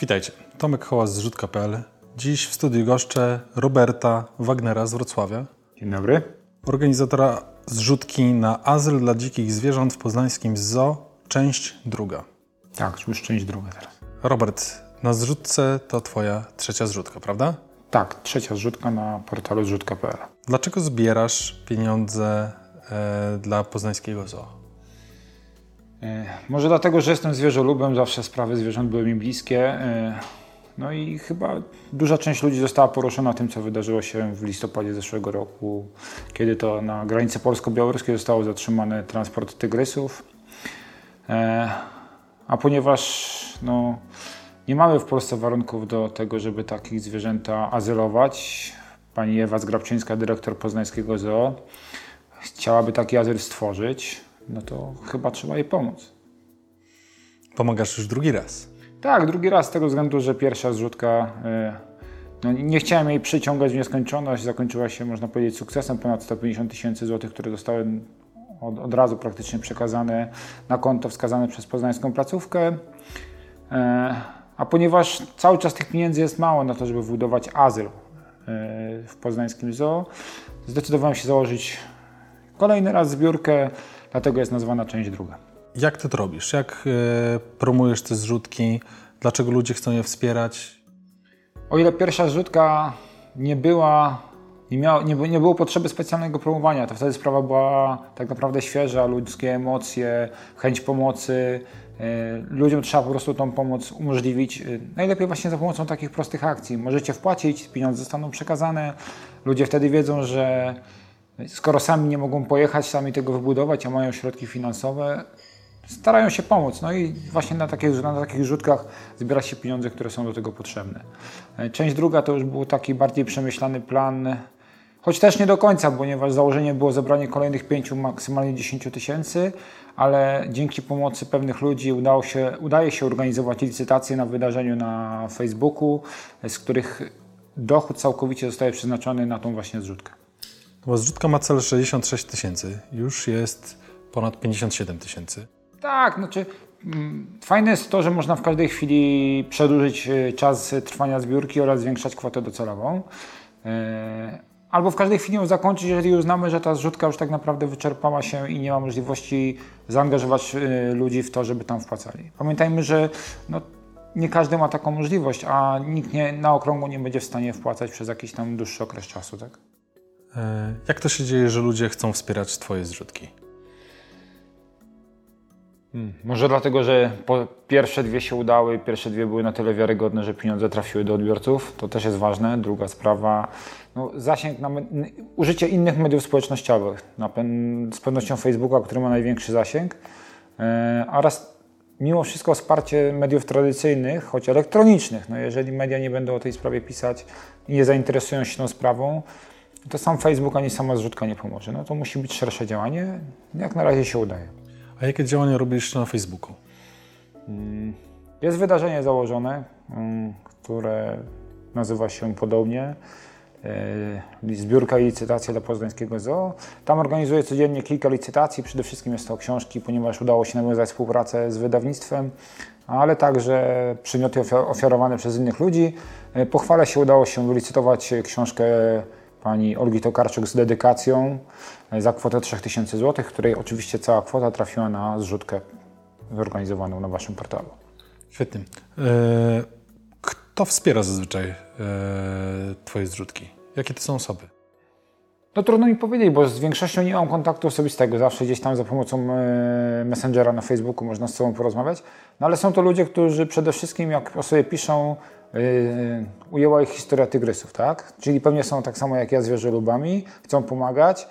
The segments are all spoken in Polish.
Witajcie, Tomek Hołas z zrzutka.pl. Dziś w studiu goszczę Roberta Wagnera z Wrocławia. Dzień dobry. Organizatora zrzutki na azyl dla dzikich zwierząt w poznańskim zoo, część druga. Tak, już część druga teraz. Robert, na zrzutce to Twoja trzecia zrzutka, prawda? Tak, trzecia zrzutka na portalu zrzutka.pl. Dlaczego zbierasz pieniądze dla poznańskiego zoo? Może dlatego, że jestem zwierzolubem, zawsze sprawy zwierząt były mi bliskie. No i chyba duża część ludzi została poruszona tym, co wydarzyło się w listopadzie zeszłego roku, kiedy to na granicy polsko-białoruskiej został zatrzymany transport tygrysów. A ponieważ nie mamy w Polsce warunków do tego, żeby takich zwierzęta azylować, pani Ewa Zgrabczyńska, dyrektor poznańskiego zoo, chciałaby taki azyl stworzyć, no to chyba trzeba jej pomóc. Pomagasz już drugi raz. Tak, drugi raz z tego względu, że pierwsza zrzutka, nie chciałem jej przyciągać w nieskończoność, zakończyła się, można powiedzieć, sukcesem, ponad 150 000 złotych, które zostały od razu praktycznie przekazane na konto wskazane przez poznańską placówkę. A ponieważ cały czas tych pieniędzy jest mało na to, żeby wybudować azyl w poznańskim zoo, zdecydowałem się założyć kolejny raz zbiórkę, dlatego jest nazwana część druga. Jak Ty to robisz? Jak promujesz te zrzutki? Dlaczego ludzie chcą je wspierać? O ile pierwsza zrzutka nie było potrzeby specjalnego promowania, to wtedy sprawa była tak naprawdę świeża, ludzkie emocje, chęć pomocy. Ludziom trzeba po prostu tą pomoc umożliwić. Najlepiej właśnie za pomocą takich prostych akcji. Możecie wpłacić, pieniądze zostaną przekazane. Ludzie wtedy wiedzą, że skoro sami nie mogą pojechać, sami tego wybudować, a mają środki finansowe, starają się pomóc. No i właśnie na takich zrzutkach zbiera się pieniądze, które są do tego potrzebne. Część druga to już był taki bardziej przemyślany plan, choć też nie do końca, ponieważ założenie było zebranie kolejnych 5, maksymalnie 10 000, ale dzięki pomocy pewnych ludzi udaje się organizować licytacje na wydarzeniu na Facebooku, z których dochód całkowicie zostaje przeznaczony na tą właśnie zrzutkę. Bo zrzutka ma cel 66 000, już jest ponad 57 000. Tak, fajne jest to, że można w każdej chwili przedłużyć czas trwania zbiórki oraz zwiększać kwotę docelową. Albo w każdej chwili ją zakończyć, jeżeli uznamy, że ta zrzutka już tak naprawdę wyczerpała się i nie ma możliwości zaangażować ludzi w to, żeby tam wpłacali. Pamiętajmy, że nie każdy ma taką możliwość, a nikt na okrągło nie będzie w stanie wpłacać przez jakiś tam dłuższy okres czasu. Tak? Jak to się dzieje, że ludzie chcą wspierać Twoje zrzutki? Może dlatego, że pierwsze dwie się udały, pierwsze dwie były na tyle wiarygodne, że pieniądze trafiły do odbiorców. To też jest ważne. Druga sprawa, zasięg użycie innych mediów społecznościowych. Z pewnością Facebooka, który ma największy zasięg, oraz mimo wszystko wsparcie mediów tradycyjnych, choć elektronicznych. Jeżeli media nie będą o tej sprawie pisać i nie zainteresują się tą sprawą, to sam Facebook ani sama zrzutka nie pomoże. To musi być szersze działanie. Jak na razie się udaje. A jakie działania robisz na Facebooku? Jest wydarzenie założone, które nazywa się podobnie Zbiórka i licytacja dla poznańskiego zoo. Tam organizuję codziennie kilka licytacji, przede wszystkim jest to książki, ponieważ udało się nawiązać współpracę z wydawnictwem, ale także przedmioty ofiarowane przez innych ludzi. Po chwale się udało się wylicytować książkę pani Olgi Tokarczuk z dedykacją za kwotę 3000 zł, której oczywiście cała kwota trafiła na zrzutkę zorganizowaną na Waszym portalu. Świetnie. Kto wspiera zazwyczaj Twoje zrzutki? Jakie to są osoby? Trudno mi powiedzieć, bo z większością nie mam kontaktu osobistego. Zawsze gdzieś tam za pomocą Messengera na Facebooku można z sobą porozmawiać. Ale są to ludzie, którzy przede wszystkim, jak o sobie piszą, ujęła ich historia tygrysów, tak? Czyli pewnie są tak samo jak ja zwierzolubami, chcą pomagać,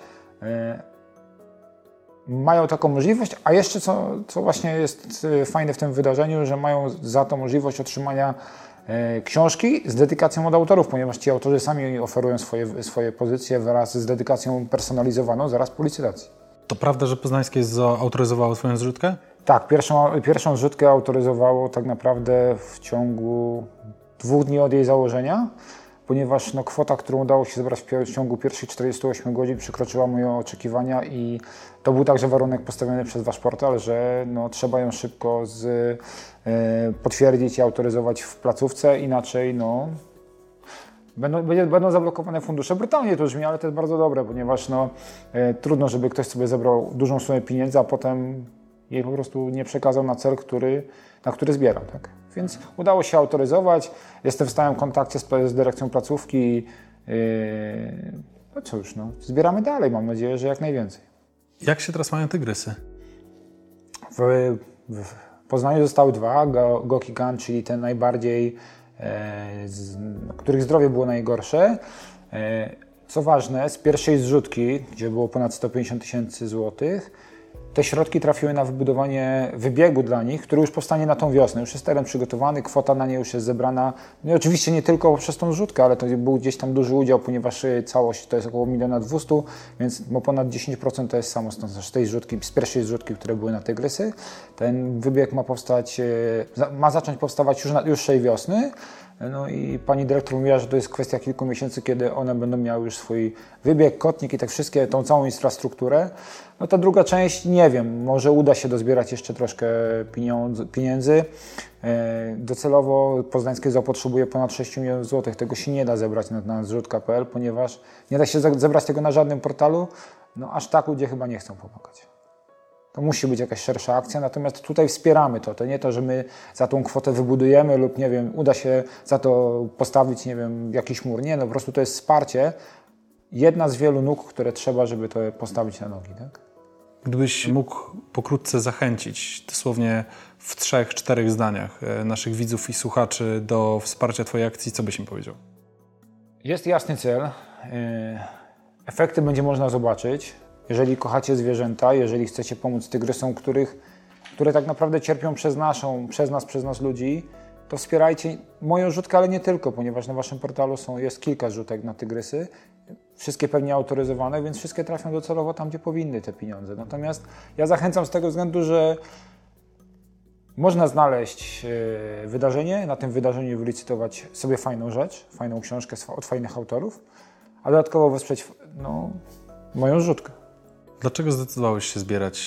mają taką możliwość, a jeszcze co właśnie jest fajne w tym wydarzeniu, że mają za to możliwość otrzymania książki z dedykacją od autorów, ponieważ ci autorzy sami oferują swoje pozycje wraz z dedykacją personalizowaną zaraz po licytacji. To prawda, że poznańskie zoo autoryzowało Twoją zrzutkę? Tak, pierwszą zrzutkę autoryzowało tak naprawdę w ciągu 2 dni od jej założenia, ponieważ no, kwota, którą udało się zebrać w ciągu pierwszych 48 godzin przekroczyła moje oczekiwania i to był także warunek postawiony przez Wasz portal, że no, trzeba ją szybko potwierdzić i autoryzować w placówce, inaczej no, będą zablokowane fundusze. Brutalnie to brzmi, ale to jest bardzo dobre, ponieważ no, trudno, żeby ktoś sobie zebrał dużą sumę pieniędzy, a potem jej po prostu nie przekazał na cel, na który zbierał. Tak? Więc udało się autoryzować. Jestem w stałym kontakcie z dyrekcją placówki. No cóż, no, zbieramy dalej. Mam nadzieję, że jak najwięcej. Jak się teraz mają tygrysy? W Poznaniu zostały dwa. Goki Gun, czyli te najbardziej, których zdrowie było najgorsze. Co ważne, z pierwszej zrzutki, gdzie było ponad 150 000 złotych, te środki trafiły na wybudowanie wybiegu dla nich, który już powstanie na tą wiosnę. Już jest teren przygotowany, kwota na nie już jest zebrana. No i oczywiście nie tylko przez tą zrzutkę, ale to był gdzieś tam duży udział, ponieważ całość to jest około 1 200 000, więc ponad 10% to jest samo z tej zrzutki, z pierwszej zrzutki, które były na tygrysy. Ten wybieg ma zacząć powstawać już na dłuższej wiosny. No i pani dyrektor mówiła, że to jest kwestia kilku miesięcy, kiedy one będą miały już swój wybieg, kotnik i tak wszystkie, tą całą infrastrukturę. No ta druga część, nie wiem, może uda się dozbierać jeszcze troszkę pieniędzy. Docelowo poznańskie zoo potrzebuje ponad 6 milionów złotych. Tego się nie da zebrać na zrzutka.pl, ponieważ nie da się zebrać tego na żadnym portalu. No aż tak ludzie chyba nie chcą pomagać. To musi być jakaś szersza akcja, natomiast tutaj wspieramy to. To nie to, że my za tą kwotę wybudujemy lub nie wiem, uda się za to postawić, nie wiem, jakiś mur. Nie, no po prostu to jest wsparcie. Jedna z wielu nóg, które trzeba, żeby to postawić na nogi, tak? Gdybyś mógł pokrótce zachęcić, dosłownie w 3-4 zdaniach, naszych widzów i słuchaczy do wsparcia Twojej akcji, co byś im powiedział? Jest jasny cel. Efekty będzie można zobaczyć. Jeżeli kochacie zwierzęta, jeżeli chcecie pomóc tygrysom, które tak naprawdę cierpią przez nas ludzi, to wspierajcie moją zrzutkę, ale nie tylko, ponieważ na Waszym portalu jest kilka zrzutek na tygrysy, wszystkie pewnie autoryzowane, więc wszystkie trafią docelowo tam, gdzie powinny te pieniądze. Natomiast ja zachęcam z tego względu, że można znaleźć wydarzenie, na tym wydarzeniu wylicytować sobie fajną rzecz, fajną książkę od fajnych autorów, a dodatkowo wesprzeć moją zrzutkę. Dlaczego zdecydowałeś się zbierać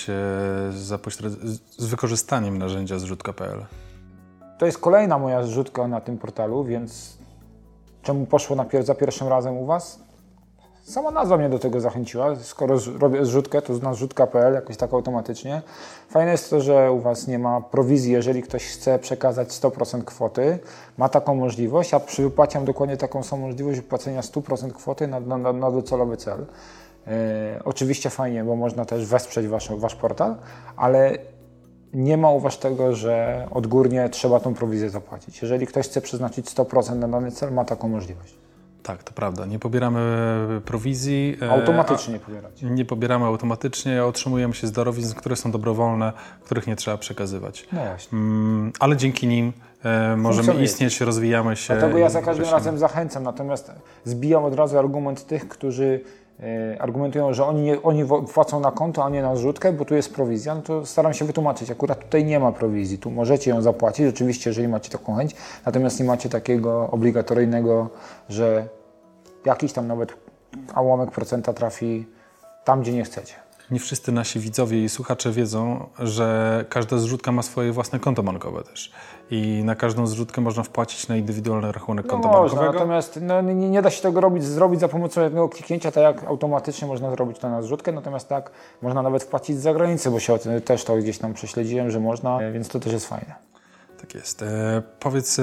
z wykorzystaniem narzędzia zrzutka.pl? To jest kolejna moja zrzutka na tym portalu, więc czemu poszło za pierwszym razem u Was? Sama nazwa mnie do tego zachęciła. Skoro robię zrzutkę, to na zrzutka.pl jakoś tak automatycznie. Fajne jest to, że u Was nie ma prowizji, jeżeli ktoś chce przekazać 100% kwoty. Ma taką możliwość, a przy wypłacie mam dokładnie taką samą możliwość wypłacenia 100% kwoty na docelowy cel. Oczywiście fajnie, bo można też wesprzeć Wasz portal, ale nie ma u Was tego, że odgórnie trzeba tą prowizję zapłacić. Jeżeli ktoś chce przeznaczyć 100% na dany cel, ma taką możliwość. Tak, to prawda. Nie pobieramy prowizji. Automatycznie nie pobieracie. Nie pobieramy automatycznie, otrzymujemy się z darowizn, które są dobrowolne, których nie trzeba przekazywać. No właśnie. Ale dzięki nim możemy istnieć, rozwijamy się. Dlatego ja za każdym razem zachęcam, natomiast zbijam od razu argument tych, którzy argumentują, że oni płacą na konto, a nie na zrzutkę, bo tu jest prowizja, no to staram się wytłumaczyć. Akurat tutaj nie ma prowizji, tu możecie ją zapłacić, oczywiście, jeżeli macie taką chęć, natomiast nie macie takiego obligatoryjnego, że jakiś tam nawet ułamek procenta trafi tam, gdzie nie chcecie. Nie wszyscy nasi widzowie i słuchacze wiedzą, że każda zrzutka ma swoje własne konto bankowe też. I na każdą zrzutkę można wpłacić na indywidualny rachunek konta bankowego. Natomiast nie da się tego zrobić za pomocą jednego kliknięcia, tak jak automatycznie można zrobić to na zrzutkę, natomiast tak można nawet wpłacić z zagranicy, bo się też to gdzieś tam prześledziłem, że można, więc to też jest fajne. Tak jest. Powiedz,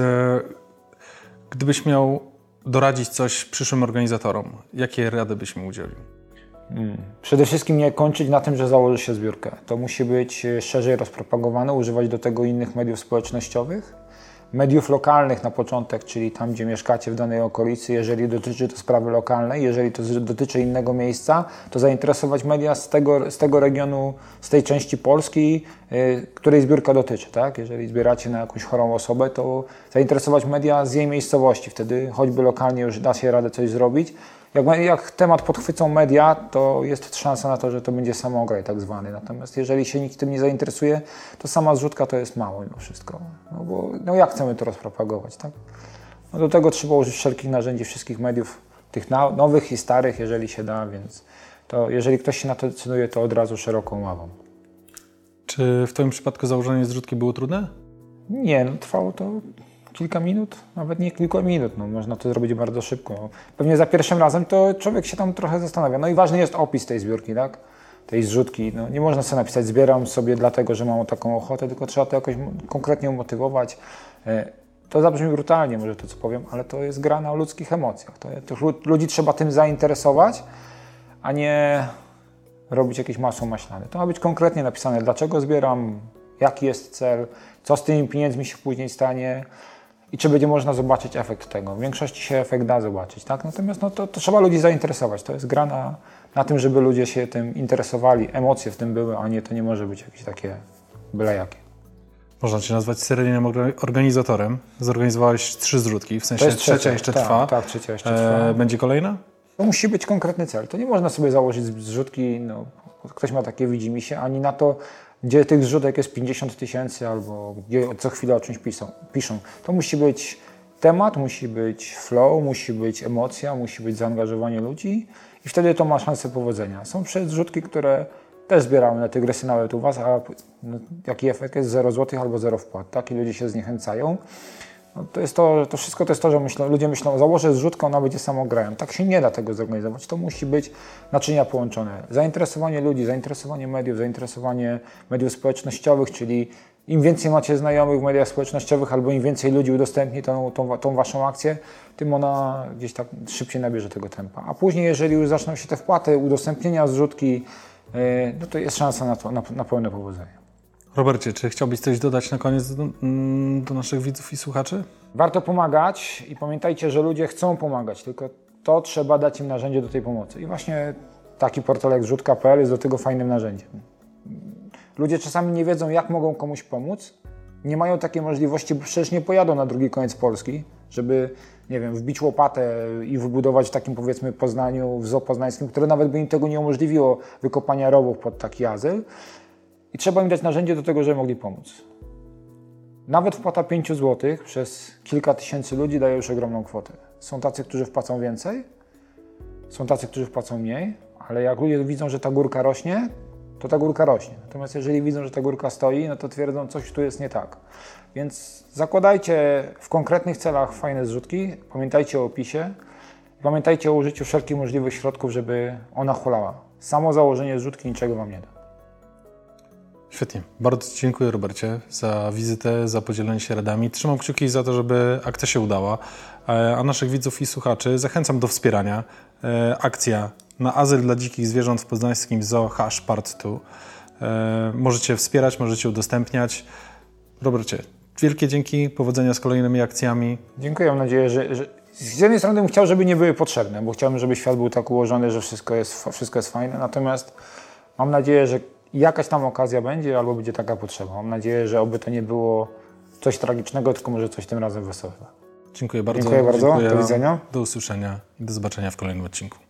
gdybyś miał doradzić coś przyszłym organizatorom, jakie rady byś mi udzielił? Przede wszystkim nie kończyć na tym, że założy się zbiórkę. To musi być szerzej rozpropagowane, używać do tego innych mediów społecznościowych, mediów lokalnych na początek, czyli tam, gdzie mieszkacie w danej okolicy, jeżeli dotyczy to sprawy lokalnej, jeżeli to dotyczy innego miejsca, to zainteresować media z tego regionu, z tej części Polski, której zbiórka dotyczy. Tak? Jeżeli zbieracie na jakąś chorą osobę, to zainteresować media z jej miejscowości, wtedy choćby lokalnie już da się radę coś zrobić. Jak temat podchwycą media, to jest szansa na to, że to będzie samograj tak zwany. Natomiast jeżeli się nikt tym nie zainteresuje, to sama zrzutka to jest mało mimo wszystko. No bo jak chcemy to rozpropagować, tak? No do tego trzeba użyć wszelkich narzędzi, wszystkich mediów, tych nowych i starych, jeżeli się da, więc to jeżeli ktoś się na to decyduje, to od razu szeroką ławą. Czy w Twoim przypadku założenie zrzutki było trudne? Nie, no, trwało to kilka minut, nawet nie kilka minut, no, można to zrobić bardzo szybko. Pewnie za pierwszym razem to człowiek się tam trochę zastanawia. No i ważny jest opis tej zbiórki, tak? Tej zrzutki. No, nie można sobie napisać, zbieram sobie dlatego, że mam taką ochotę, tylko trzeba to jakoś konkretnie umotywować. To zabrzmi brutalnie, może to co powiem, ale to jest gra na ludzkich emocjach. Tych ludzi trzeba tym zainteresować, a nie robić jakieś masło maślane. To ma być konkretnie napisane, dlaczego zbieram, jaki jest cel, co z tymi pieniędzmi się później stanie i czy będzie można zobaczyć efekt tego. W większości się efekt da zobaczyć, tak? Natomiast no, to trzeba ludzi zainteresować. To jest gra na tym, żeby ludzie się tym interesowali, emocje w tym były, a nie to nie może być jakieś takie byle jakie. Można Cię nazwać seryjnym organizatorem. Zorganizowałeś 3 zrzutki, w sensie trzecia jeszcze trwa. Tak, trzecia jeszcze trwa. Będzie kolejna? To musi być konkretny cel. To nie można sobie założyć zrzutki, no, ktoś ma takie widzimisię, ani na to, gdzie tych zrzutek jest 50 000 albo gdzie co chwilę o czymś piszą. To musi być temat, musi być flow, musi być emocja, musi być zaangażowanie ludzi i wtedy to ma szansę powodzenia. Są zrzutki, które też zbieramy na tygrysy nawet u Was, a no, jaki efekt jest? 0 zł albo 0 wpłat. Tak? I ludzie się zniechęcają. No, to wszystko to jest to, że ludzie myślą, założę zrzutkę, ona będzie samograjem. Tak się nie da tego zorganizować. To musi być naczynia połączone. Zainteresowanie ludzi, zainteresowanie mediów społecznościowych, czyli im więcej macie znajomych w mediach społecznościowych albo im więcej ludzi udostępni tą Waszą akcję, tym ona gdzieś tak szybciej nabierze tego tempa. A później, jeżeli już zaczną się te wpłaty, udostępnienia, zrzutki, no to jest szansa na pełne powodzenie. Robercie, czy chciałbyś coś dodać na koniec do naszych widzów i słuchaczy? Warto pomagać i pamiętajcie, że ludzie chcą pomagać, tylko to trzeba dać im narzędzie do tej pomocy. I właśnie taki portal jak zrzutka.pl jest do tego fajnym narzędziem. Ludzie czasami nie wiedzą, jak mogą komuś pomóc, nie mają takiej możliwości, bo przecież nie pojadą na drugi koniec Polski, żeby, nie wiem, wbić łopatę i wybudować w takim, powiedzmy, Poznaniu, w zoo poznańskim, które nawet by im tego nie umożliwiło, wykopania rowów pod taki azyl. I trzeba im dać narzędzie do tego, żeby mogli pomóc. Nawet wpłata 5 zł przez kilka tysięcy ludzi daje już ogromną kwotę. Są tacy, którzy wpłacą więcej, są tacy, którzy wpłacą mniej, ale jak ludzie widzą, że ta górka rośnie, to ta górka rośnie. Natomiast jeżeli widzą, że ta górka stoi, no to twierdzą, coś tu jest nie tak. Więc zakładajcie w konkretnych celach fajne zrzutki, pamiętajcie o opisie, pamiętajcie o użyciu wszelkich możliwych środków, żeby ona hulała. Samo założenie zrzutki niczego Wam nie da. Świetnie. Bardzo Ci dziękuję, Robercie, za wizytę, za podzielenie się radami. Trzymam kciuki za to, żeby akcja się udała, a naszych widzów i słuchaczy zachęcam do wspierania. Akcja na azyl dla dzikich zwierząt w poznańskim Zoo Part 2. Możecie wspierać, możecie udostępniać. Robercie, wielkie dzięki, powodzenia z kolejnymi akcjami. Dziękuję, mam nadzieję, że z jednej strony bym chciał, żeby nie były potrzebne, bo chciałbym, żeby świat był tak ułożony, że wszystko jest fajne, natomiast mam nadzieję, że jakaś tam okazja będzie, albo będzie taka potrzeba. Mam nadzieję, że oby to nie było coś tragicznego, tylko może coś tym razem wesołego. Dziękuję bardzo. Dziękuję bardzo. Do widzenia. Do usłyszenia i do zobaczenia w kolejnym odcinku.